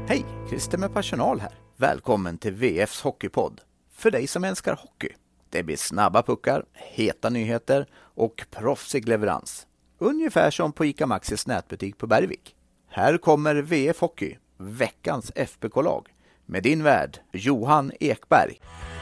Hej, Christer med personal här. Välkommen till VFs hockeypodd. För dig som älskar hockey. Det blir snabba puckar, heta nyheter och proffsig leverans. Ungefär som på ICA Maxis nätbutik på Bergvik. Här kommer VF Hockey, veckans FBK-lag. Med din värd, Johan Ekberg.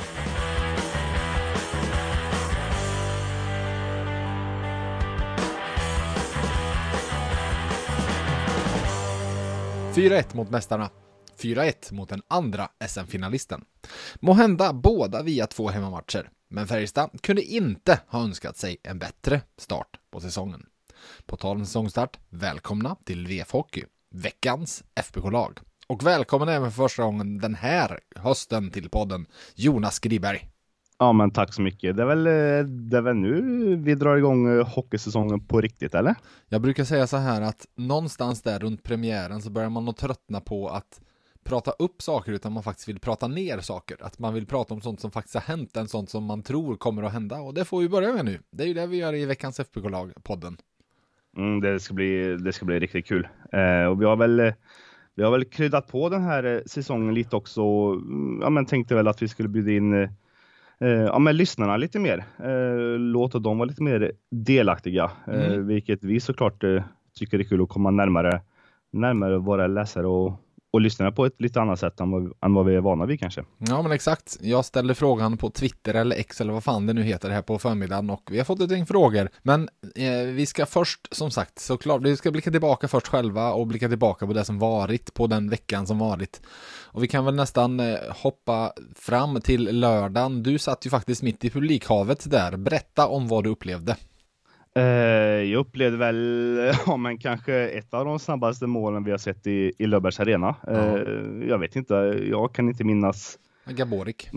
Mot mästarna. 4-1 mot den andra SM-finalisten. Måhända båda via 2 hemmamatcher. Men Färjestad kunde inte ha önskat sig en bättre start på säsongen. På tal om säsongstart, välkomna till VF Hockey, veckans FBK-lag. Och välkommen även för första gången den här hösten till podden, Jonas Skriberg. Ja, men tack så mycket. Det är väl nu vi drar igång hockeysäsongen på riktigt, eller? Jag brukar säga så här att någonstans där runt premiären så börjar man nog tröttna på att prata upp saker, utan man faktiskt vill prata ner saker. Att man vill prata om sånt som faktiskt har hänt än sånt som man tror kommer att hända. Och det får vi börja med nu. Det är ju det vi gör i veckans FBK-lag-podden. Det ska bli riktigt kul. Och vi har väl kryddat på den här säsongen lite också. Ja, men tänkte väl att vi skulle bjuda in men lyssnarna lite mer. Låta dem vara lite mer delaktiga. Vilket vi såklart tycker är kul att komma närmare våra läsare och lyssna på ett lite annat sätt än vad vi är vana vid kanske. Ja, men exakt. Jag ställde frågan på Twitter eller X eller vad fan det nu heter här på förmiddagen och vi har fått ett gäng frågor. Men vi ska först, som sagt, såklart, vi ska blicka tillbaka först själva och blicka tillbaka på det som varit, på den veckan som varit. Och vi kan väl nästan hoppa fram till lördagen. Du satt ju faktiskt mitt i publikhavet där. Berätta om vad du upplevde. Jag upplevde väl men kanske ett av de snabbaste målen vi har sett i Löfbergs Arena. Jag vet inte, jag kan inte minnas. Gaborik.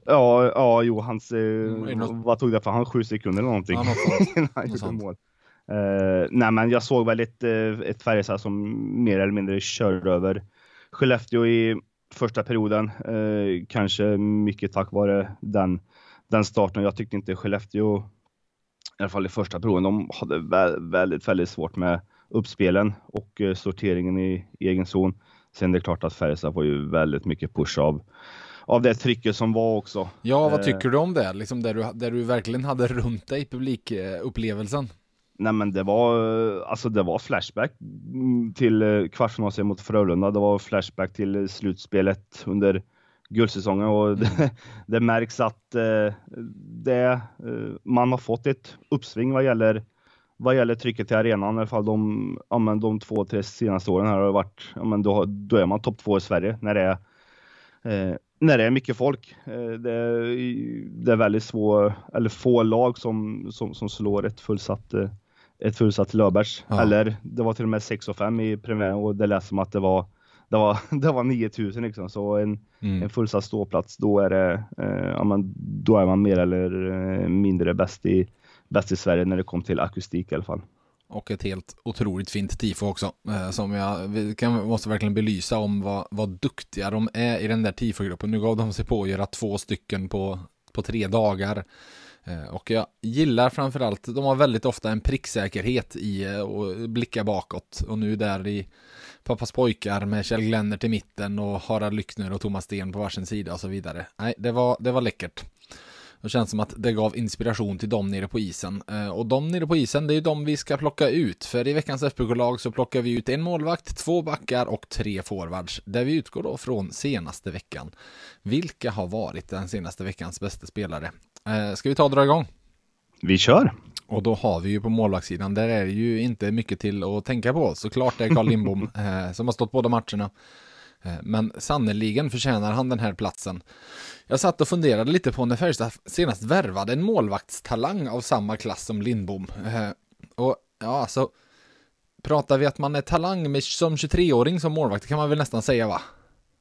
Hans vad tog det för han 7 sekunder eller någonting innan han gjorde mål. Nej, men jag såg väl ett Färjestad som mer eller mindre körde över Skellefteå i första perioden. Kanske mycket tack vare den starten. Jag tyckte inte Skellefteå, i alla fall i första proven, de hade väldigt svårt med uppspelen och sorteringen i egen zon. Sen är det klart att Färjestad får ju väldigt mycket push av det trycket som var också. Ja, vad tycker du om det? Liksom där du verkligen hade runt dig publikupplevelsen. Nej, men det var flashback till kvartsfinalen mot Frölunda. Det var flashback till slutspelet under guldsäsongen och det märks att man har fått ett uppsving vad gäller trycket till arenan. I alla fall de 2-3 senaste åren här har varit, då är man topp 2 i Sverige när det är mycket folk. Det är väldigt få lag som slår ett fullsatt Löfbergs. Ja. Eller det var till och med 6-5 i premiären och det lät som att det var 9000 liksom. Så en fullsatt ståplats, då är man mer eller mindre bäst i Sverige när det kom till akustik i alla fall. Och ett helt otroligt fint tifo också, som måste verkligen belysa om vad duktiga de är i den där tifogruppen. Nu gav de sig på att göra 2 stycken på 3 dagar. Och jag gillar framförallt, de har väldigt ofta en pricksäkerhet i att blicka bakåt. Och nu där i Pappas pojkar med Kjell Glennert i mitten och Harald Lyckner och Thomas Sten på varsin sida och så vidare. Nej, det var läckert. Det känns som att det gav inspiration till dem nere på isen. Och de nere på isen, det är ju de vi ska plocka ut. För i veckans FBK-lag så plockar vi ut 1 målvakt, 2 backar och 3 forwards. Där vi utgår då från senaste veckan. Vilka har varit den senaste veckans bästa spelare? Ska vi ta och dra igång? Vi kör! Och då har vi ju på målvaktssidan, där är det ju inte mycket till att tänka på. Såklart det är Carl Lindbom som har stått båda matcherna. Men sannoliken förtjänar han den här platsen. Jag satt och funderade lite på när Färjestad senast värvade en målvaktstalang av samma klass som Lindbom. Och ja, alltså pratar vi att man är talang som 23-åring som målvakt, kan man väl nästan säga, va?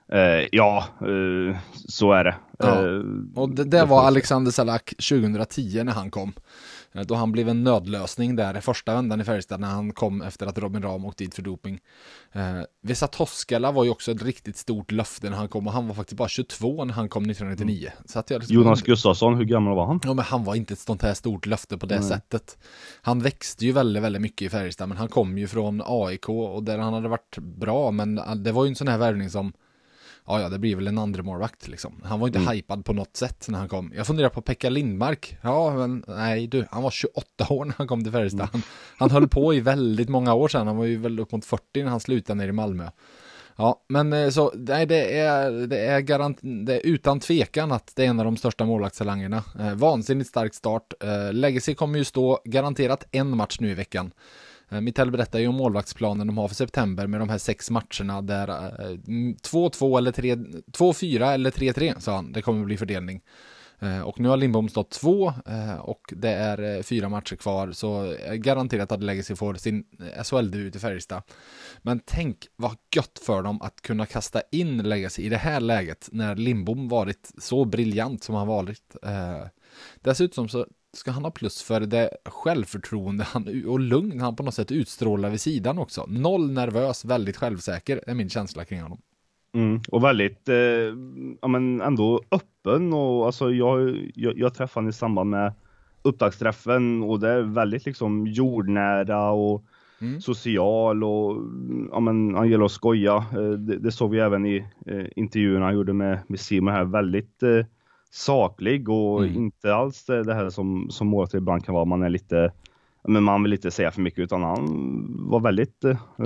Så är det. Ja. Och det var Alexander Salak 2010 när han kom. Då han blev en nödlösning där första vändan i Färjestad när han kom efter att Robin Rahm åkte dit för doping. Vesa Toskala var ju också ett riktigt stort löfte när han kom, och han var faktiskt bara 22 när han kom 1999. Så att Jonas Gustafsson, hur gammal var han? Ja, men han var inte ett sånt här stort löfte på det sättet. Han växte ju väldigt, väldigt mycket i Färjestad, men han kom ju från AIK och där han hade varit bra, men det var ju en sån här värvning som ja, det blir väl en andra målvakt liksom. Han var inte hypad på något sätt när han kom. Jag funderar på Pekka Lindmark. Ja, men nej du, han var 28 år när han kom till Färjestad. Han höll på i väldigt många år sedan. Han var ju väl upp mot 40 när han slutade ner i Malmö. Ja, men så nej, det är utan tvekan att det är en av de största målvaktstalangerna. Vansinnigt stark start. Legacy kommer ju stå garanterat en match nu i veckan. Mitell berättar ju om målvaktsplanen de har för september med de här 6 matcherna där 2-2 eller 2-4 eller 3-3, sa han. Det kommer bli fördelning. Och nu har Lindbom stått 2 och det är 4 matcher kvar, så garanterat att Legacy får sin SHL-debut i Färjestad. Men tänk vad gött för dem att kunna kasta in Legacy i det här läget när Lindbom varit så briljant som han varit. Dessutom så ska han ha plus för det självförtroende och lugn han på något sätt utstrålar vid sidan också. Noll nervös, väldigt självsäker är min känsla kring honom. Och väldigt men ändå öppen, och alltså jag träffade honom i samband med upptaktsträffen, och det är väldigt liksom jordnära och social, och han gillar att skoja. Det såg vi även i intervjuerna han gjorde med Simon här, väldigt saklig och inte alls det här som målet ibland kan vara, man är lite, men man vill inte säga för mycket, utan han var väldigt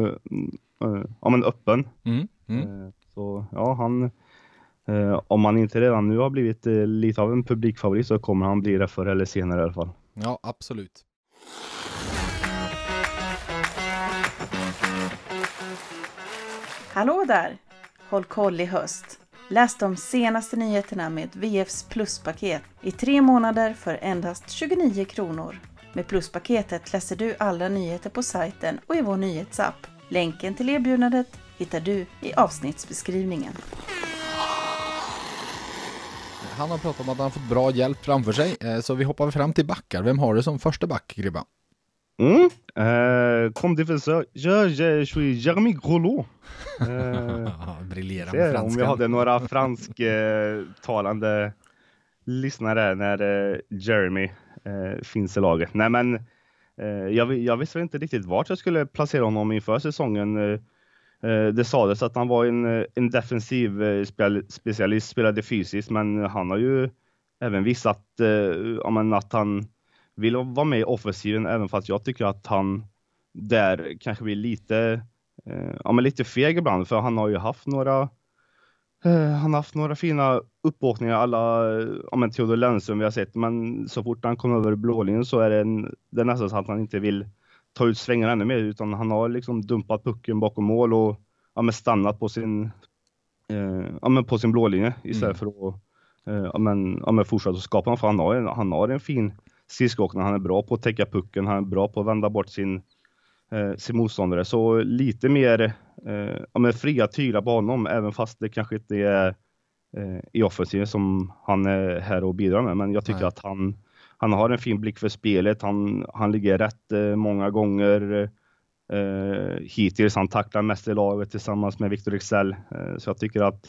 öppen. Så ja, han om han inte redan nu har blivit lite av en publikfavorit, så kommer han bli det förr eller senare i alla fall. Ja, absolut. Hallå där! Håll koll i höst. Läs de senaste nyheterna med VFs pluspaket i 3 månader för endast 29 kronor. Med pluspaketet läser du alla nyheter på sajten och i vår nyhetsapp. Länken till erbjudandet hittar du i avsnittsbeskrivningen. Han har pratat om att han fått bra hjälp framför sig, så vi hoppar fram till backar. Vem har du som första back, Gribba? Comme défenseur, je suis Jeremy Groslo. Briljera med franskan. Om jag hade några fransktalande lyssnare när Jeremy finns i laget. Nej, men jag visste inte riktigt vart jag skulle placera honom inför säsongen. Det sades att han var en defensiv specialist, spelade fysiskt, men han har ju även visat att han vill vara med i offensiven, även fast jag tycker att han där kanske blir lite feg ibland, för han har ju haft några fina uppåkningar, alla Theodor Lennström vi har sett, men så fort han kommer över blålinjen så är det nästan så att han inte vill ta ut svängarna ännu mer, utan han har liksom dumpat pucken bakom mål och stannat på sin blålinje istället för att fortsätta att skapa något, för han har en fin skridskoåkning, han är bra på att täcka pucken, han är bra på att vända bort sin motståndare, så lite mer fria tyglar på honom, även fast det kanske inte är i offensiven som han är här och bidrar med, men jag tycker att han har en fin blick för spelet, han ligger rätt många gånger hittills, han tacklar mest i laget tillsammans med Victor Excel, så jag tycker att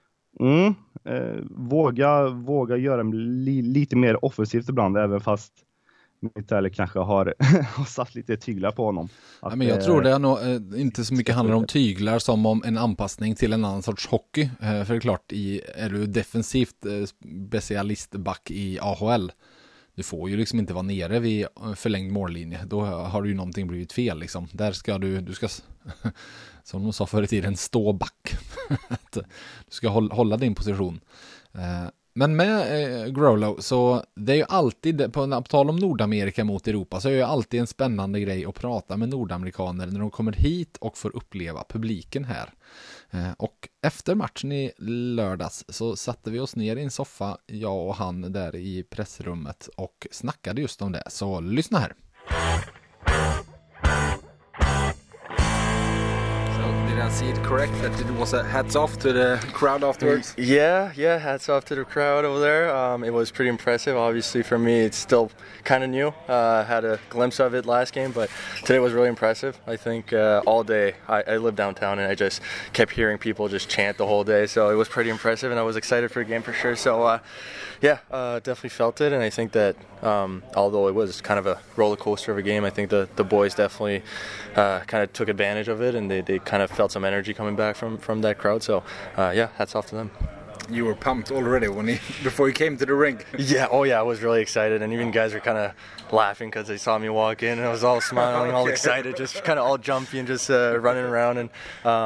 våga göra lite mer offensivt ibland, även fast Mitell kanske har satt lite tyglar på honom. Ja, men jag tror det är nog inte så mycket handlar om tyglar som om en anpassning till en annan sorts hockey. För det är klart, är du defensivt specialistback i AHL, du får ju liksom inte vara nere vid förlängd mållinje. Då har du ju någonting blivit fel liksom. Där ska du ska som de sa förr i tiden, stå back. Du ska hålla din position. Men med Groslo, så det är ju alltid, på tal om Nordamerika mot Europa, så är det ju alltid en spännande grej att prata med nordamerikaner när de kommer hit och får uppleva publiken här. Och efter matchen i lördags så satte vi oss ner i en soffa, jag och han där i pressrummet, och snackade just om det. Så lyssna här. So did I see it correct that it was a hats off to the crowd afterwards? Yeah, hats off to the crowd over there. It was pretty impressive. Obviously for me it's still kind of new. Had a glimpse of it last game, but today was really impressive. I think all day, I live downtown and I just kept hearing people just chant the whole day, so it was pretty impressive and I was excited for the game for sure. So definitely felt it, and I think that although it was kind of a roller coaster of a game, I think the boys definitely kind of took advantage of it, and they kind of felt some energy coming back from that crowd. So hats off to them. You were pumped already before you came to the rink. Yeah, I was really excited, and even guys were kind of laughing because they saw me walk in, and I was all smiling, all excited, just kind of all jumpy and just running around. And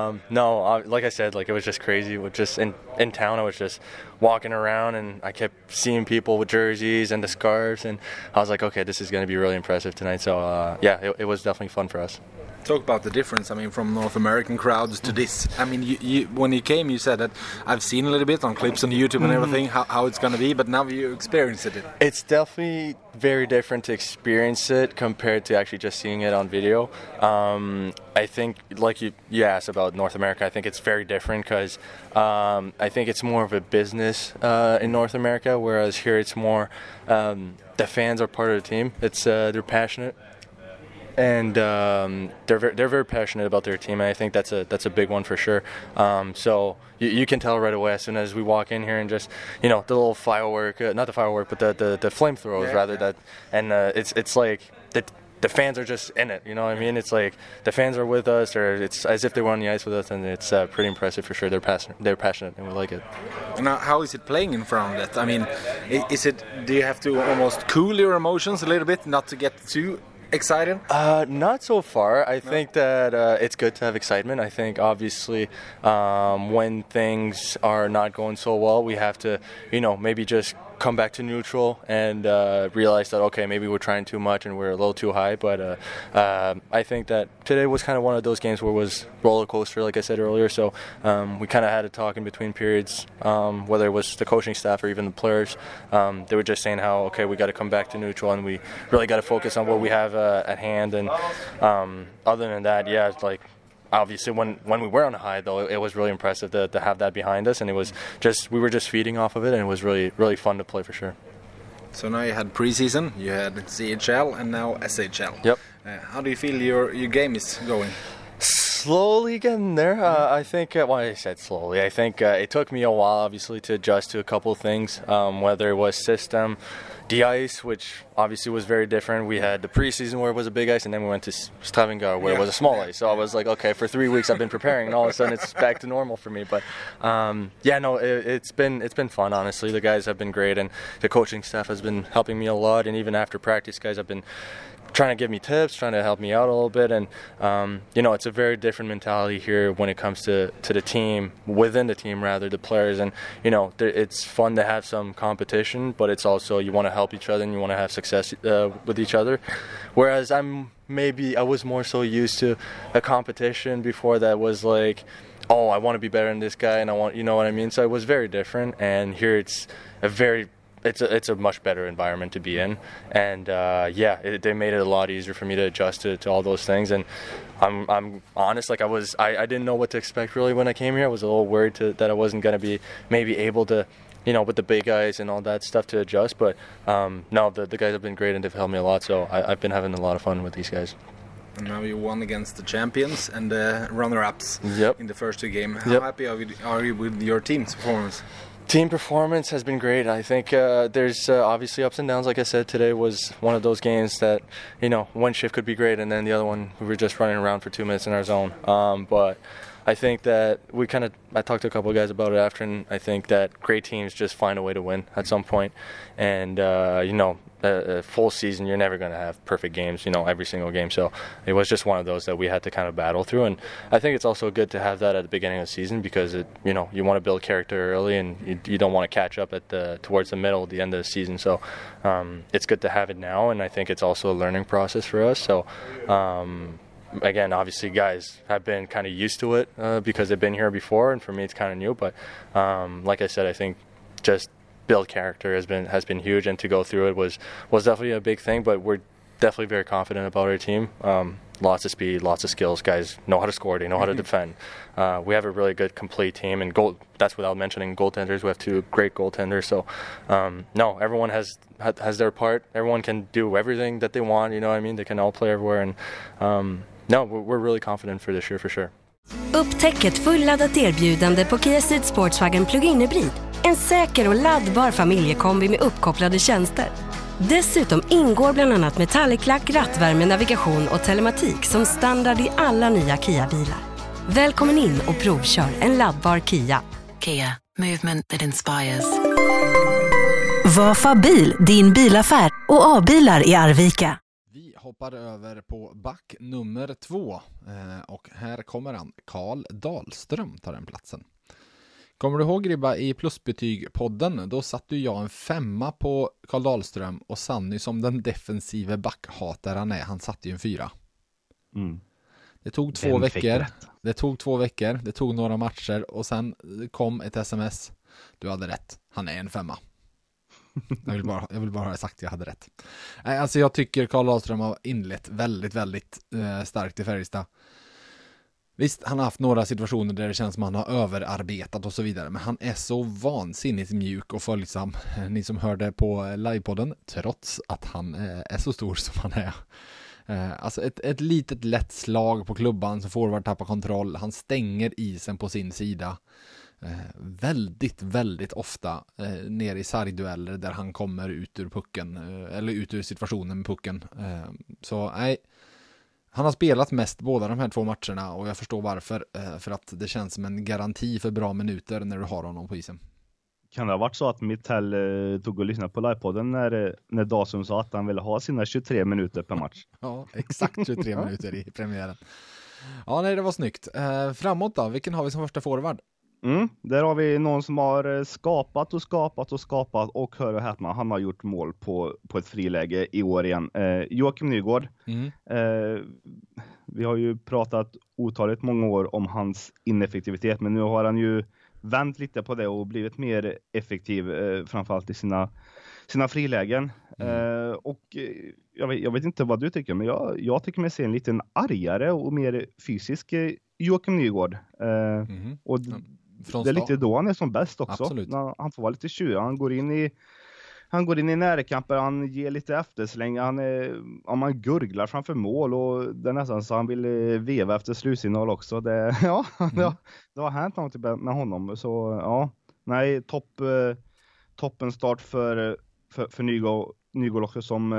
like I said, like it was just crazy. With just in town, I was just walking around, and I kept seeing people with jerseys and the scarves, and I was like, okay, this is going to be really impressive tonight. So it was definitely fun for us. Talk about the difference, from North American crowds to this. You when you came, you said that I've seen a little bit on clips on YouTube and everything, how it's going to be, but now you experienced it. It's definitely very different to experience it compared to actually just seeing it on video. I think, like you asked about North America, I think it's very different because I think it's more of a business in North America, whereas here it's more the fans are part of the team. It's they're passionate. And they're very passionate about their team, and I think that's a big one for sure. So you can tell right away as soon as we walk in here, and just the little firework, not the firework, but the flamethrowers rather. It's like the fans are just in it. You know what I mean? It's like the fans are with us, or it's as if they were on the ice with us, and it's pretty impressive for sure. They're passionate, and we like it. Now, how is it playing in front of that? Do you have to almost cool your emotions a little bit, not to get too excited? Not so far. I think that it's good to have excitement. I think obviously when things are not going so well, we have to, maybe just come back to neutral and realize that, okay, maybe we're trying too much and we're a little too high. But I think that today was kind of one of those games where it was roller coaster, like I said earlier. So we kind of had a talk in between periods, whether it was the coaching staff or even the players. They were just saying how, okay, we got to come back to neutral and we really got to focus on what we have at hand. And other than that, obviously, when we were on a high, though, it was really impressive to have that behind us, and we were just feeding off of it, and it was really, really fun to play for sure. So now you had preseason, you had CHL, and now SHL. Yep. How do you feel your game is going? Slowly getting there. I think, I said slowly. I think it took me a while, obviously, to adjust to a couple of things, whether it was system, the ice, which obviously was very different. We had the preseason where it was a big ice, and then we went to Stavanger where it was a small ice. So I was like, okay, for 3 weeks I've been preparing, and all of a sudden it's back to normal for me. But it's been fun, honestly. The guys have been great, and the coaching staff has been helping me a lot. And even after practice, guys have been trying to give me tips, trying to help me out a little bit. And it's a very different mentality here when it comes to the team, within the team rather, the players. And it's fun to have some competition, but it's also you want to help each other and you want to have success with each other. Whereas I was more so used to a competition before that was like, oh, I want to be better than this guy, and I want, you know what I mean? So it was very different, and here it's a much better environment to be in, and they made it a lot easier for me to adjust to all those things. And I'm honest, like I didn't know what to expect really when I came here. I was a little worried that I wasn't going to be maybe able to, with the big guys and all that stuff to adjust. But no, the guys have been great and they've helped me a lot. So I've been having a lot of fun with these guys. And now you won against the champions and the runner-ups in the first two games. How happy are you with your team's performance? Team performance has been great. I think there's obviously ups and downs. Like I said, today was one of those games that, one shift could be great, and then the other one we were just running around for 2 minutes in our zone. But I think that I talked to a couple of guys about it after, and I think that great teams just find a way to win at some point. And, a full season, you're never going to have perfect games, every single game. So it was just one of those that we had to kind of battle through. And I think it's also good to have that at the beginning of the season because, you want to build character early and you don't want to catch up towards the middle, the end of the season. So it's good to have it now, and I think it's also a learning process for us. So again, obviously guys have been kind of used to it because they've been here before, and for me it's kind of new. But like I said, I think just build character has been huge, and to go through it was definitely a big thing. But we're definitely very confident about our team. Lots of speed, lots of skills. Guys know how to score. They know how to defend. We have a really good, complete team, and that's without mentioning goaltenders. We have 2 great goaltenders. So, no, everyone has their part. Everyone can do everything that they want. You know what I mean? They can all play everywhere, and no, we're really confident for this year for sure. Upptäck ett fulladdat erbjudande på Kia Ceed Sportswagen Plug-in Hybrid. En säker och laddbar familjekombi med uppkopplade tjänster. Dessutom ingår bland annat metallic-lack, rattvärme, navigation och telematik som standard i alla nya Kia-bilar. Välkommen in och provkör en laddbar Kia. Kia, movement that inspires. Vafa bil, din bilaffär och A-bilar i Arvika. Vi hoppar över på back nummer 2 och här kommer han. Carl Dahlström tar den platsen. Kommer du ihåg, Gribba, i Plusbetyg-podden? Då satt ju jag en 5 på Carl Dahlström och Sanny som den defensive backhatare han är. Han satt ju en 4. Det tog 2 veckor. Det tog 2 veckor. Det tog några matcher och sen kom ett sms. Du hade rätt. Han är en 5. Jag vill bara ha sagt att jag hade rätt. Alltså jag tycker Carl Dahlström har inlett väldigt, väldigt starkt i Färjestad. Visst, han har haft några situationer där det känns som han har överarbetat och så vidare. Men han är så vansinnigt mjuk och följsam. Ni som hörde på livepodden, trots att han är så stor som han är. Alltså ett litet lätt slag på klubban så forward tappar kontroll. Han stänger isen på sin sida. Väldigt, väldigt ofta ner i sargdueller där han kommer ut ur pucken. Eller ut ur situationen med pucken. Så nej. Han har spelat mest båda de här 2 matcherna och jag förstår varför. För att det känns som en garanti för bra minuter när du har honom på isen. Kan det ha varit så att Mittell tog och lyssnade på livepodden när Dahlström sa att han ville ha sina 23 minuter per match? Ja, exakt 23 minuter i premiären. Ja, nej, det var snyggt. Framåt då, vilken har vi som första forward? Där har vi någon som har skapat och hör och häpna, han har gjort mål på ett friläge i år igen. Joakim Nygård. Vi har ju pratat otaligt många år om hans ineffektivitet, men nu har han ju vänt lite på det och blivit mer effektiv, framförallt i sina frilägen. Och jag vet inte vad du tycker, men jag tycker mig se en liten argare och mer fysisk Joakim Nygård. Och det är lite då han är som bäst också. Absolut. Han får vara lite tjurig. Han går in i närkamper, han ger lite eftersläng, man gurglar framför mål och det är nästan så han vill veva efter slutsignal också. Det har hänt något med honom. Så ja, nej, toppen start för Nygård också, som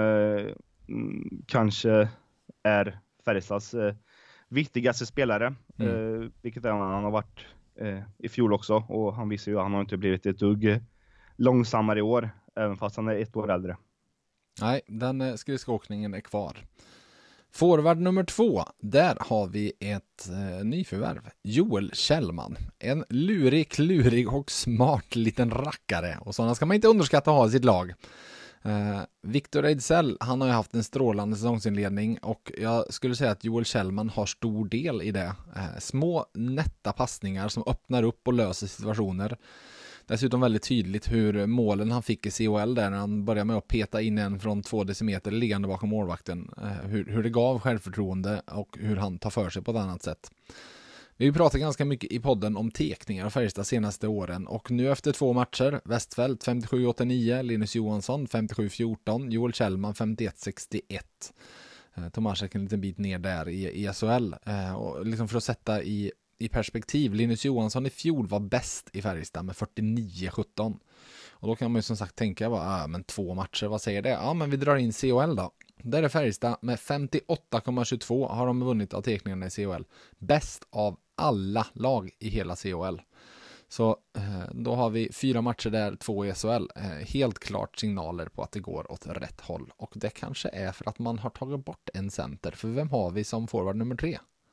kanske är Färjestads viktigaste spelare, vilket han har varit i fjol också, och han visar ju att han har inte blivit ett dugg långsammare i år, även fast han är 1 år äldre. Nej, den skridskoåkningen är kvar. Forward nummer 2, där har vi ett nyförvärv. Joel Kjellman. En klurig och smart liten rackare. Och sådana ska man inte underskatta att ha i sitt lag. Victor Ejdsell, han har ju haft en strålande säsongsinledning och jag skulle säga att Joel Kjellman har stor del i det. Små nätta passningar som öppnar upp och löser situationer. Dessutom väldigt tydligt hur målen han fick i CHL där när han började med att peta in en från 2 decimeter liggande bakom målvakten. Hur det gav självförtroende och hur han tar för sig på ett annat sätt. Vi har pratat ganska mycket i podden om tekningar av Färjestad senaste åren och nu efter 2 matcher, Westfält 57-89, Linus Johansson 57-14, Joel Kjellman 51-61. Tomasek en liten bit ner där i SHL. Och liksom för att sätta i perspektiv, Linus Johansson i fjol var bäst i Färjestad med 49-17. Och då kan man ju som sagt tänka, men 2 matcher, vad säger det? Ja, men vi drar in CHL då. Där är Färjestad med 58,22 har de vunnit av tekningarna i CHL. Bäst av alla lag i hela CHL. Så då har vi 4 matcher där, 2 i SHL. Helt klart signaler på att det går åt rätt håll. Och det kanske är för att man har tagit bort en center. För vem har vi som forward nummer 3?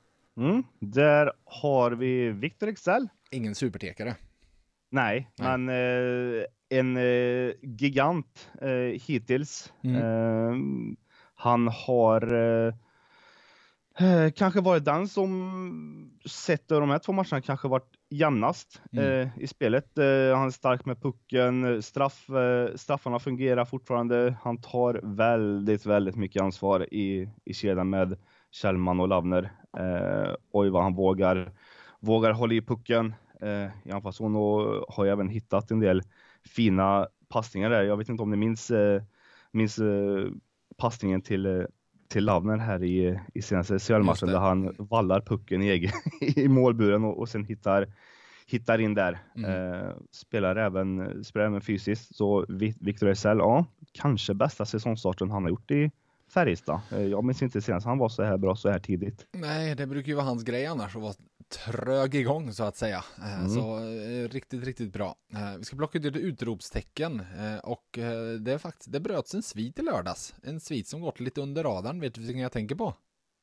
Där har vi Victor Ejdsell. Ingen supertekare. Nej. Men en gigant hittills. Han har Kanske varit den som sett de här 2 matcherna kanske varit jämnast i spelet. Han är stark med pucken, straffarna fungerar fortfarande. Han tar väldigt, väldigt mycket ansvar i kedjan med Kjellman och Lavner. Oj vad han vågar hålla i pucken i anfallszon, och har även hittat en del fina passningar där. Jag vet inte om ni minns passningen till Lavner här i senaste SHL-matchen där han vallar pucken i målburen och sen hittar in där. Spelar även fysiskt. Så Victor Ejdsell, kanske bästa säsongstarten han har gjort i Färjestad. Jag minns inte senast han var så här bra så här tidigt. Nej, det brukar ju vara hans grej annars att vara trög igång så att säga. Så riktigt, riktigt bra. Vi ska plocka ut ett utropstecken och det bröts en svit i lördags. En svit som gått lite under radarn. Vet du vilken jag tänker på?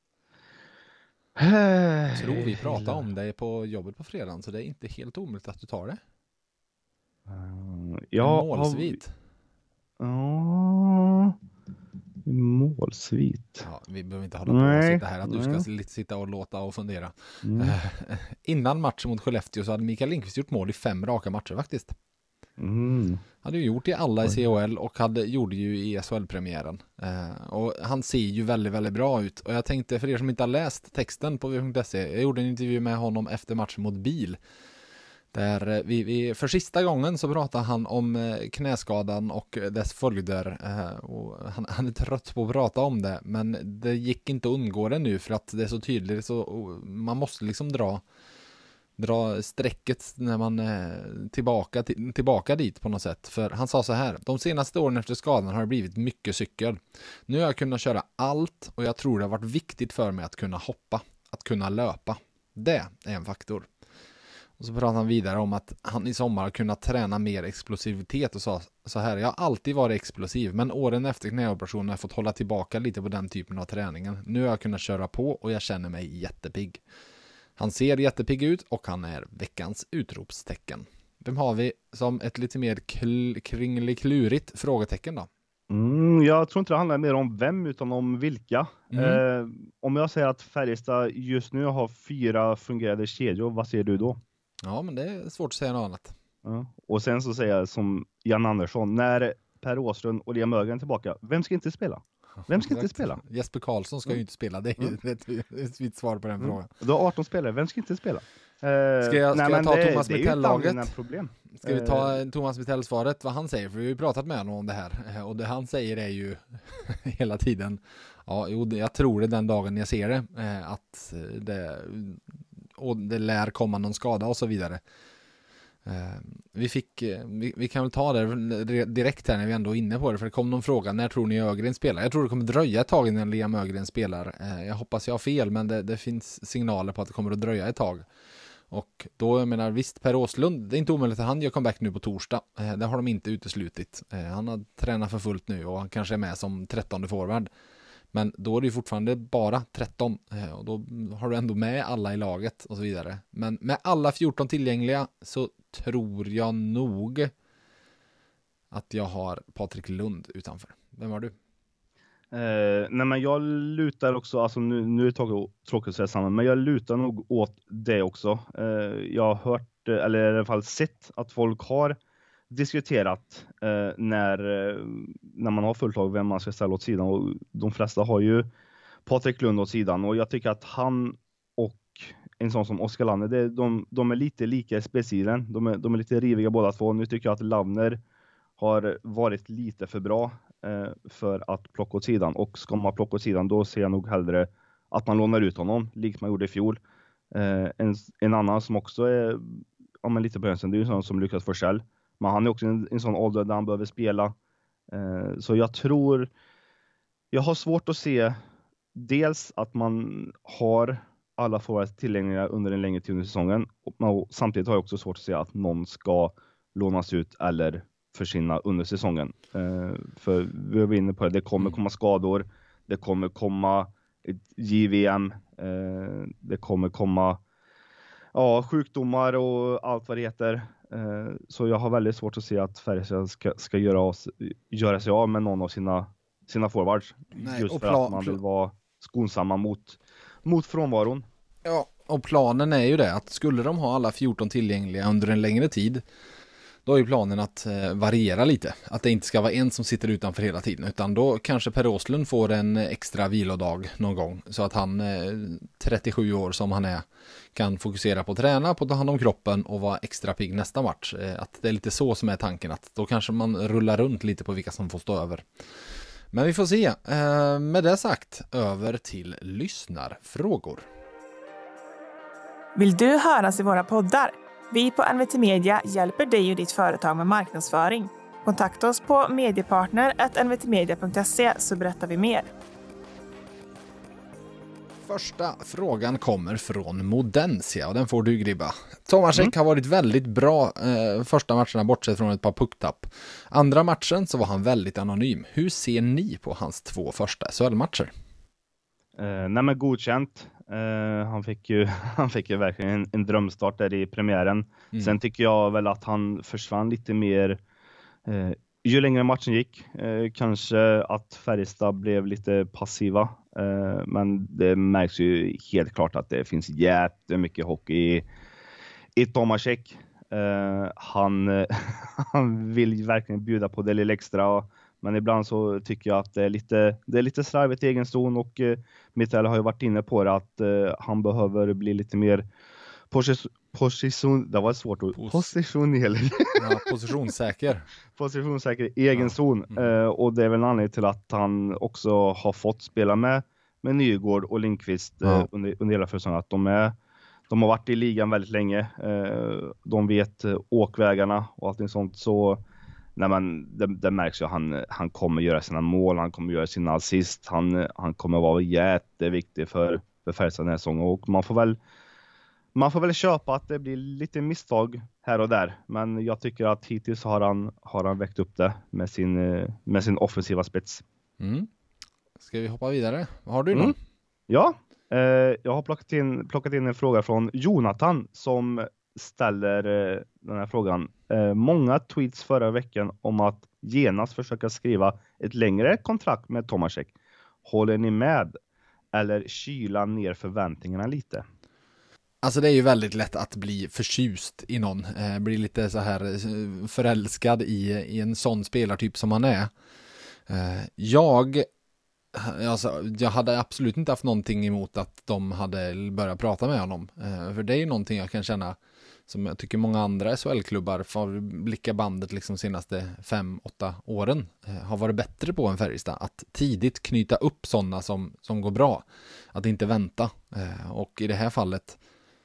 Jag tror vi pratade om det på jobbet på fredagen, så det är inte helt omöjligt att du tar det. En målsvit. Målsvit. Ja, vi behöver inte hålla på och sitta här att du ska sitta och låta och fundera. Innan matchen mot Skellefteå så hade Mikael Lindqvist gjort mål i 5 raka matcher faktiskt. Hade ju gjort i alla i CHL och gjorde ju i SHL-premiären. Och han ser ju väldigt, väldigt bra ut. Och jag tänkte, för er som inte har läst texten på v.se, jag gjorde en intervju med honom efter matchen mot Bil. Där vi för sista gången så pratade han om knäskadan och dess följder. Och han är trött på att prata om det, men det gick inte att undgå det nu för att det är så tydligt. Så man måste liksom dra strecket när man är tillbaka dit på något sätt. För han sa så här: de senaste åren efter skadan har det blivit mycket cykel. Nu har jag kunnat köra allt och jag tror det har varit viktigt för mig att kunna hoppa, att kunna löpa. Det är en faktor. Och så pratade han vidare om att han i sommar har kunnat träna mer explosivitet och sa så här: jag har alltid varit explosiv, men åren efter knäoperationen har jag fått hålla tillbaka lite på den typen av träningen. Nu har jag kunnat köra på och jag känner mig jättepigg. Han ser jättepigg ut och han är veckans utropstecken. Vem har vi som ett lite mer klurigt frågetecken då? Jag tror inte det handlar mer om vem utan om vilka. Om jag säger att Färjestad just nu har 4 fungerande kedjor, vad säger du då? Ja, men det är svårt att säga något annat. Och sen så säger jag som Jan Andersson, när Per Åslund och Liam Ögren är tillbaka, vem ska inte spela? Vem ska inte spela? Jesper Karlsson ska ju inte spela, det är ett vitt svar på den frågan. Du har 18 spelare, vem ska inte spela? Ska jag ta Thomas Mitell-laget? Ska vi ta Mm. Thomas Mitell-svaret, vad han säger? För vi har ju pratat med honom om det här. Och det han säger är ju hela tiden, jag tror det den dagen jag ser det, att det lär komma någon skada och så vidare. Vi kan väl ta det direkt här när vi ändå är inne på det, för det kom någon fråga: när tror ni Ögren spelar? Jag tror det kommer dröja ett tag innan Liam Ögren spelar. Jag hoppas jag har fel, men det finns signaler på att det kommer att dröja ett tag. Och då, jag menar, visst, Per Åslund, det är inte omöjligt att han gör comeback nu på torsdag. Det har de inte uteslutit. Han har tränat för fullt nu och han kanske är med som 13:e forward. Men då är det ju fortfarande bara 13 och då har du ändå med alla i laget och så vidare. Men med alla 14 tillgängliga så tror jag nog att jag har Patrik Lund utanför. Vem har du? Nej, men jag lutar också, alltså nu är det tråkigt att säga samma, men jag lutar nog åt det också. Jag har hört, eller i alla fall sett att folk har diskuterat när man har fullt lag vem man ska ställa åt sidan, och de flesta har ju Patrik Lund åt sidan, och jag tycker att han och en sån som Oskar Lavner, de är lite lika i spelstilen. De är lite riviga båda två. Nu tycker jag att Lavner har varit lite för bra för att plocka åt sidan, och ska man plocka åt sidan då ser jag nog hellre att man lånar ut honom, likt man gjorde i fjol. En annan som också är lite på hönsen, det är ju sån som Lukas Forsell. Men han är också en sån ålder där han behöver spela. Så jag har svårt att se dels att man har alla forwards tillgängliga under en längre tid under säsongen. Och samtidigt har jag också svårt att se att någon ska lånas ut eller försvinna under säsongen. För vi var inne på det kommer komma skador. Det kommer komma ett JVM. Det kommer komma sjukdomar och allt vad det heter. Så jag har väldigt svårt att se att Färjestad ska göra sig av med någon av sina forwards. Nej, just för att man vill vara skonsamma mot frånvaron. Ja, och planen är ju det att skulle de ha alla 14 tillgängliga under en längre tid, då är ju planen att variera lite. Att det inte ska vara en som sitter utanför hela tiden, utan då kanske Per Åslund får en extra vilodag någon gång. Så att han, 37 år som han är, kan fokusera på att träna, på att ta hand om kroppen och vara extra pigg nästa match. Att det är lite så som är tanken, att då kanske man rullar runt lite på vilka som får stå över. Men vi får se. Med det sagt, över till lyssnarfrågor. Vill du höras i våra poddar? Vi på NVT Media hjälper dig och ditt företag med marknadsföring. Kontakta oss på mediepartner@nvtmedia.se så berättar vi mer. Första frågan kommer från Modensia och den får du, Gribba. Tomasek har varit väldigt bra första matcherna bortsett från ett par pucktapp. Andra matchen så var han väldigt anonym. Hur ser ni på hans 2 första SHL-matcher? Nej men godkänt. Han fick ju verkligen en drömstart där i premiären. Sen tycker jag väl att han försvann lite mer ju längre matchen gick. Kanske att Färjestad blev lite passiva. Men det märks ju helt klart att det finns jättemycket hockey i Tomasek. Han vill verkligen bjuda på det lilla extra. Men ibland så tycker jag att det är lite slarvigt i egen zon, och Mitell har ju varit inne på det att han behöver bli lite mer det var ett svårt ord. Positionssäker i egen zon. Och det är väl en anledning till att han också har fått spela med Nygård och Lindqvist under hela försäsongen. Att de har varit i ligan väldigt länge. De vet åkvägarna och allting sånt. Så nej, men det märks ju. Han kommer göra sina mål, han kommer göra sina assist, han kommer vara jätteviktig för Färjestad den här säsongen. Och man får väl köpa att det blir lite misstag här och där, men jag tycker att hittills har han väckt upp det med sin offensiva spets. Ska vi hoppa vidare? Vad har du då? Ja, jag har plockat in en fråga från Jonathan som ställer den här frågan. Många tweets förra veckan om att genast försöka skriva ett längre kontrakt med Tomasek. Håller ni med? Eller kyla ner förväntningarna lite? Alltså det är ju väldigt lätt att bli förtjust i någon. Bli lite så här förälskad i en sån spelartyp som han är. Jag hade absolut inte haft någonting emot att de hade börjat prata med honom. För det är ju någonting jag kan känna som jag tycker många andra SHL-klubbar får blicka bandet liksom senaste 5-8 åren har varit bättre på än Färjestad. Att tidigt knyta upp sådana som går bra. Att inte vänta. Och i det här fallet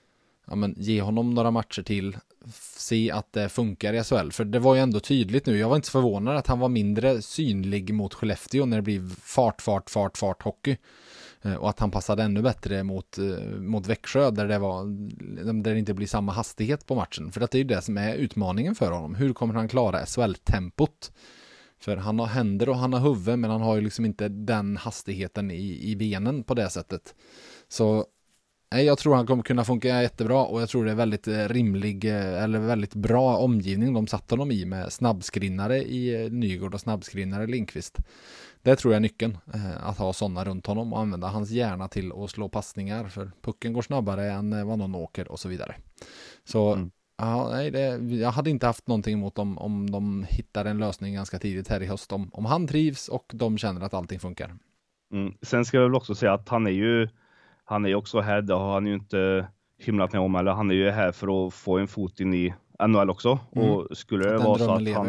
ge honom några matcher till. Se att det funkar i SHL. För det var ju ändå tydligt nu. Jag var inte så förvånad att han var mindre synlig mot Skellefteå när det blir fart hockey. Och att han passade ännu bättre mot Växjö där det inte blir samma hastighet på matchen. För det är ju det som är utmaningen för honom. Hur kommer han klara SHL-tempot? För han har händer och han har huvud, men han har ju liksom inte den hastigheten i benen på det sättet. Så jag tror han kommer kunna funka jättebra, och jag tror det är väldigt rimlig eller väldigt bra omgivning de satt honom i med snabbskrinnare i Nygård och snabbskrinnare i Lindqvist. Det tror jag är nyckeln, att ha sådana runt honom och använda hans hjärna till att slå passningar, för pucken går snabbare än vad någon åker och så vidare. Så jag hade inte haft någonting emot om de hittar en lösning ganska tidigt här i höst, om han trivs och de känner att allting funkar. Sen ska jag väl också säga att han är ju också här, det har han ju inte himlat med om, eller han är ju här för att få en fot in i NHL också. Och skulle det vara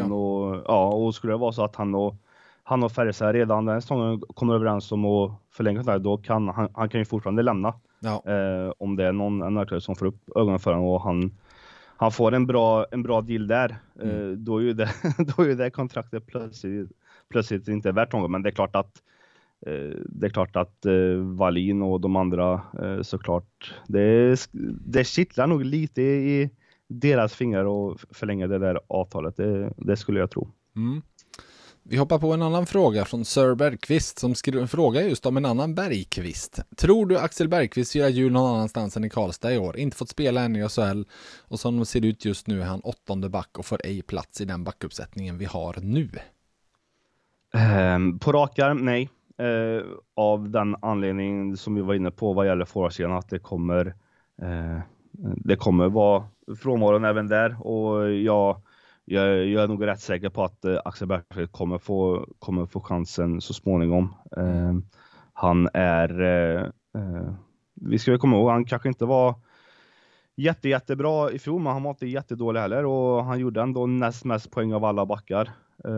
så att han och Färjestad redan den säsongen kommer överens om att förlänga det, då kan han kan ju fortfarande lämna. Ja. Om det är någon NHL som får upp ögonen för honom och han får en bra deal där, då är ju det kontraktet plötsligt inte värt något. Men det är klart att Wallin och de andra såklart, det kittlar nog lite i deras fingrar och förlänga det där avtalet. Det skulle jag tro. Vi hoppar på en annan fråga från Sir Bergqvist som frågar just om en annan Bergqvist. Tror du Axel Bergqvist firar jul någon annanstans än i Karlstad i år? Inte fått spela än i SHL, och som det ser ut just nu är han 8:e back och får ej plats i den backuppsättningen vi har nu. På rak arm, nej. Av den anledningen som vi var inne på vad gäller forwardsidan, att det kommer vara frånvaron även där, och jag är nog rätt säker på att Axel Bergqvist kommer få chansen så småningom. Han är vi ska komma ihåg, han kanske inte var jättebra i fjol, men han var inte jättedålig heller, och han gjorde ändå näst mest poäng av alla backar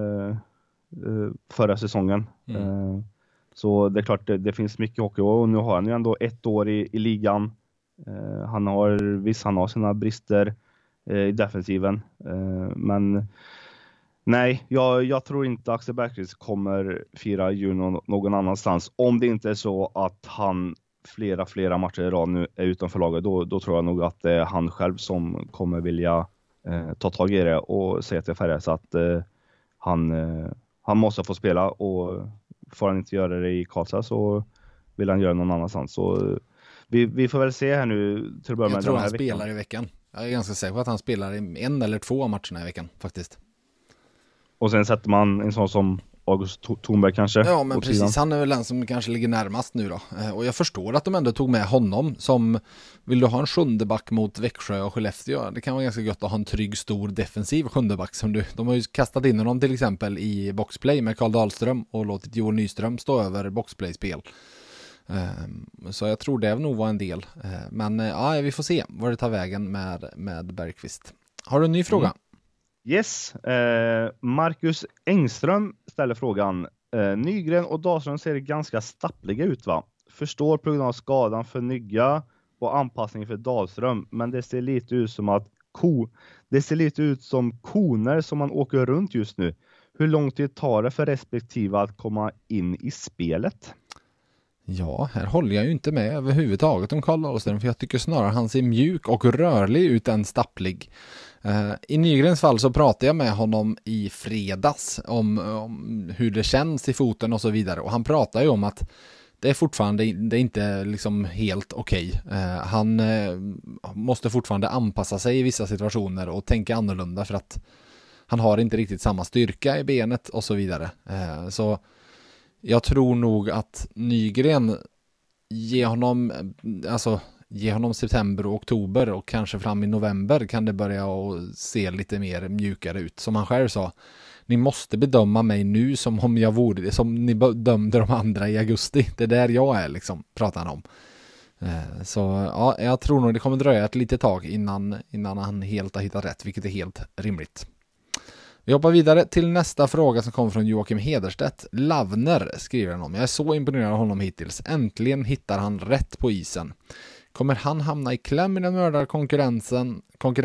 förra säsongen. Så det är klart det finns mycket hockey, och nu har han ju ändå 1 år i ligan. Han har sina brister i defensiven, men nej, jag tror inte Axel Bergqvist kommer fira jul någon annanstans, om det inte är så att han flera matcher i rad nu är utanför laget. Då tror jag nog att det är han själv som kommer vilja ta tag i det och säga till Färjestad så att han måste få spela, och får han inte göra det i Karlstad så vill han göra någon annanstans. Så vi får väl se här nu till att börja med. Jag tror han spelar i veckan. Jag är ganska säker på att han spelar i 1 eller 2 matcherna i veckan faktiskt. Och sen sätter man en sån som August Thornberg kanske. Ja, men precis. Han är väl den som kanske ligger närmast nu då. Och jag förstår att de ändå tog med honom som, vill du ha en sjunde back mot Växjö och Skellefteå? Det kan vara ganska gött att ha en trygg, stor, defensiv sjunde back som de har ju kastat in honom till exempel i boxplay med Karl Dahlström och låtit Joel Nyström stå över boxplay-spel. Så jag tror det nog var en del. Men ja, vi får se vad det tar vägen med Bergqvist. Har du en ny fråga? Yes, Marcus Engström ställer frågan. Nygren och Dahlström ser ganska stappliga ut, va? Förstår på grund av skadan för Nygga och anpassning för Dahlström, men det ser lite ut som koner som man åker runt just nu. Hur lång tid tar det för respektive att komma in i spelet? Ja, här håller jag ju inte med överhuvudtaget om Karl Dahlström, för jag tycker snarare han ser mjuk och rörlig ut än stapplig. I Nygrens fall så pratade jag med honom i fredags om hur det känns i foten och så vidare, och han pratar ju om att det är fortfarande det är inte liksom helt okej. Han måste fortfarande anpassa sig i vissa situationer och tänka annorlunda för att han har inte riktigt samma styrka i benet och så vidare. Så jag tror nog att Nygren ge honom september och oktober och kanske fram i november kan det börja att se lite mer mjukare ut. Som han själv sa, ni måste bedöma mig nu som om jag vore det, som ni bedömde de andra i augusti. Det är där jag är liksom, pratar han om. Så ja, jag tror nog det kommer dröja ett litet tag innan han helt har hittat rätt, vilket är helt rimligt. Vi hoppar vidare till nästa fråga som kommer från Joakim Hederstedt. Lavner skriver han om. Jag är så imponerad av honom hittills. Äntligen hittar han rätt på isen. Kommer han hamna i kläm i den mördarkonkurrensen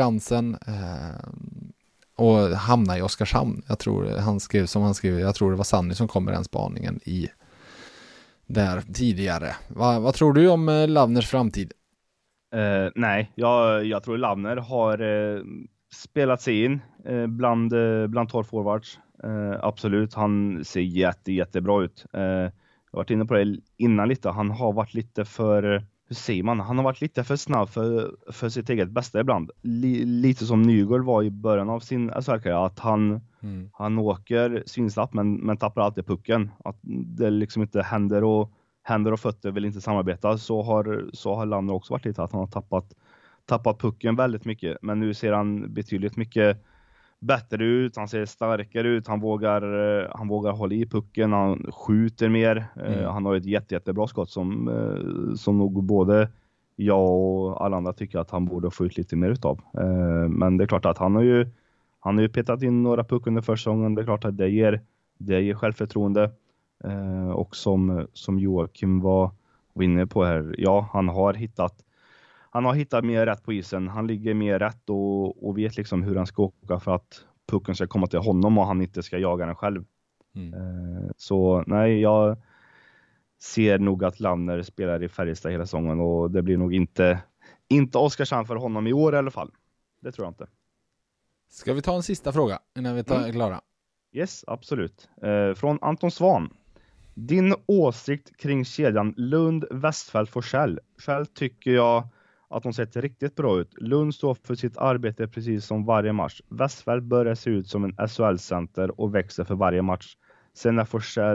och hamna i Oskarshamn? Jag tror han skrev, jag tror det var Sanny som kom med den spaningen i där tidigare. Vad tror du om Lavners framtid? Nej, jag tror Lavner har spelat sig in bland 12 forwards. Absolut, han ser jättebra ut. Jag har varit inne på det innan lite. Han har varit lite för, hur säger man? Han har varit lite för snabb för sitt eget bästa ibland. Lite som Nygård var i början av sin SHL-karriär, att han åker svinsnabbt men tappar alltid pucken. Att det liksom inte händer och fötter vill inte samarbeta. Så har Lavner också varit lite, att han har tappat pucken väldigt mycket. Men nu ser han betydligt mycket bättre ut. Han ser starkare ut. Han vågar hålla i pucken. Han skjuter mer. Han har ett jättebra skott som nog både jag och alla andra tycker att han borde få ut lite mer utav. Men det är klart att han har ju petat in några puck under försäsongen. Det är klart att det ger självförtroende. Och som Joakim var inne på här. Ja, han har hittat mer rätt på isen. Han ligger mer rätt och vet liksom hur han ska åka för att pucken ska komma till honom och han inte ska jaga den själv. Så nej, jag ser nog att Lavner spelar i Färjestad hela säsongen, och det blir nog inte Oskarshamn för honom i år i alla fall. Det tror jag inte. Ska vi ta en sista fråga innan vi är klara? Yes, absolut. Från Anton Svan. Din åsikt kring kedjan Lund, Westfält, Forsell. Själv tycker jag att de sett riktigt bra ut. Lund står för sitt arbete precis som varje match. Westfält börjar se ut som en SHL-center och växer för varje match. Sen är Forsell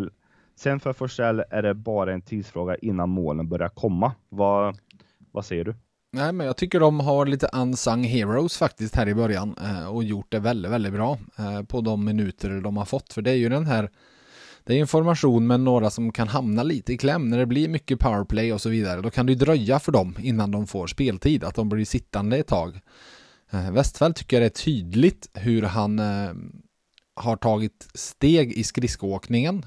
Sen för Forsell är det bara en tidsfråga innan målen börjar komma. Vad säger du? Nej, men jag tycker de har lite unsung heroes faktiskt här i början och gjort det väldigt, väldigt bra på de minuter de har fått. För det är ju det är information med några som kan hamna lite i kläm när det blir mycket powerplay och så vidare. Då kan det ju dröja för dem innan de får speltid, att de blir sittande ett tag. Westfall tycker jag det är tydligt hur han har tagit steg i skridskoåkningen.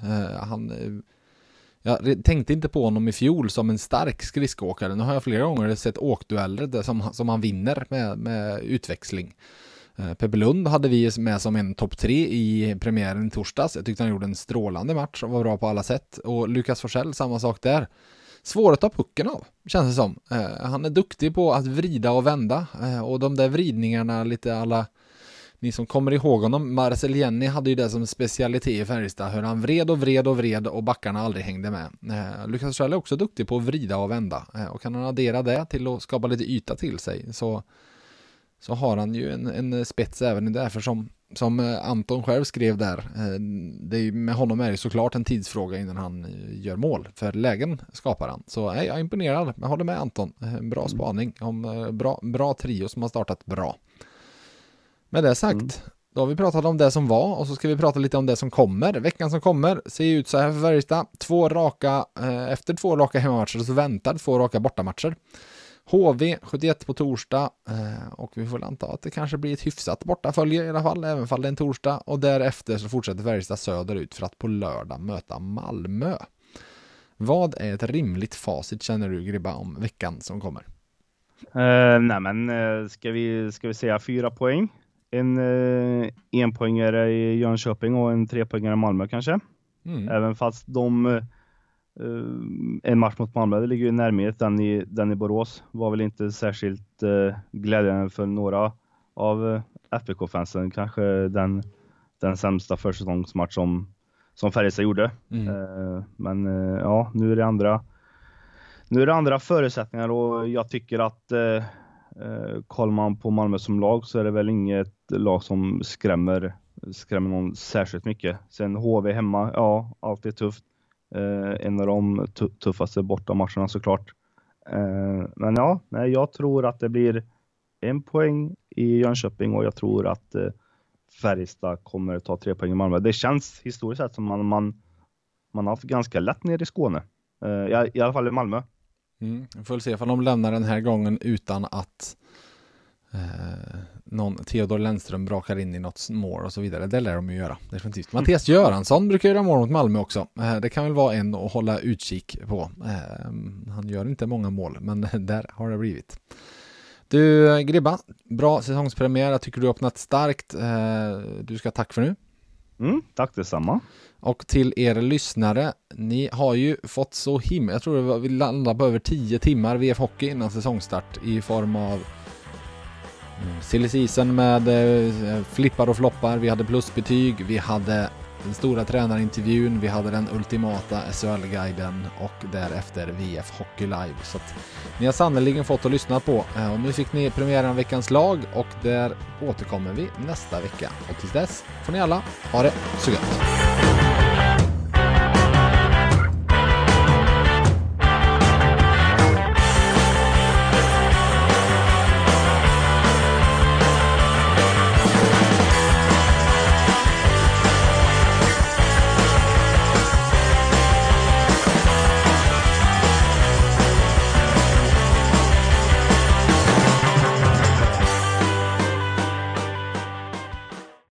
Jag tänkte inte på honom i fjol som en stark skridskoåkare. Nu har jag flera gånger sett åkdueller som han vinner med utväxling. Peppe Lund hade vi med som en topp 3 i premiären i torsdags. Jag tyckte han gjorde en strålande match och var bra på alla sätt. Och Lukas Forsell, samma sak där. Svår att ta pucken av, känns det som. Han är duktig på att vrida och vända. Och de där vridningarna lite alla... Ni som kommer ihåg honom, Marcel Jenny hade ju det som specialitet i Färjestad. Hur han vred och backarna aldrig hängde med. Lukas Forsell är också duktig på att vrida och vända. Och kan han addera det till att skapa lite yta till sig så har han ju en spets även därför som Anton själv skrev där. Med honom är det såklart en tidsfråga innan han gör mål. För lägen skapar han. Så jag är imponerad. Jag håller med Anton. Bra spaning. Bra trio som har startat bra. Med det sagt, då har vi pratat om det som var och så ska vi prata lite om det som kommer. Veckan som kommer ser ut så här för Färjestad. Efter 2 raka hemmamatcher så väntar 2 raka bortamatcher. HV 71 på torsdag och vi får anta att det kanske blir ett hyfsat bortafölje i alla fall, även fall det är en torsdag. Och därefter så fortsätter Färjestad söderut för att på lördag möta Malmö. Vad är ett rimligt facit känner du, Gribba, om veckan som kommer? Ska vi säga 4 poäng? En poängare i Jönköping och en 3-poängare i Malmö kanske. Även fast en match mot Malmö, det ligger ju närmare den i Borås. Var väl inte särskilt glädjande för några av FBK-fansen. Kanske den sämsta försäsongsmatch som Färjestad gjorde. Men ja, nu är det andra förutsättningar och jag tycker att kollar man på Malmö som lag så är det väl inget lag som skrämmer någon särskilt mycket. Sen HV hemma, ja, allt är tufft. En av de tuffaste bortamatcherna såklart. Men ja, jag tror att det blir 1 poäng i Jönköping och jag tror att Färjestad kommer ta 3 poäng i Malmö. Det känns historiskt sett som man har haft ganska lätt ner i Skåne. I alla fall i Malmö. Vi får se om de lämnar den här gången utan att någon Theodor Lennström brakar in i något mål och så vidare. Det lär de ju göra, definitivt. Mattias Göransson brukar göra mål mot Malmö också. Det kan väl vara en att hålla utkik på. Han gör inte många mål, men där har det blivit. Du, Gribba, bra säsongspremiär. Jag tycker du har öppnat starkt. Du ska tack för nu. Tack detsamma. Och till er lyssnare, ni har ju fått så jag tror vi landar på över 10 timmar VF Hockey innan säsongstart i form av silly season med flippar och floppar. Vi hade plusbetyg, vi hade den stora tränarintervjun, vi hade den ultimata SHL-guiden och därefter VF Hockey Live. Så att ni har sannoliken fått att lyssna på. Och nu fick ni premiären av veckans lag och där återkommer vi nästa vecka. Och tills dess får ni alla ha det så gött.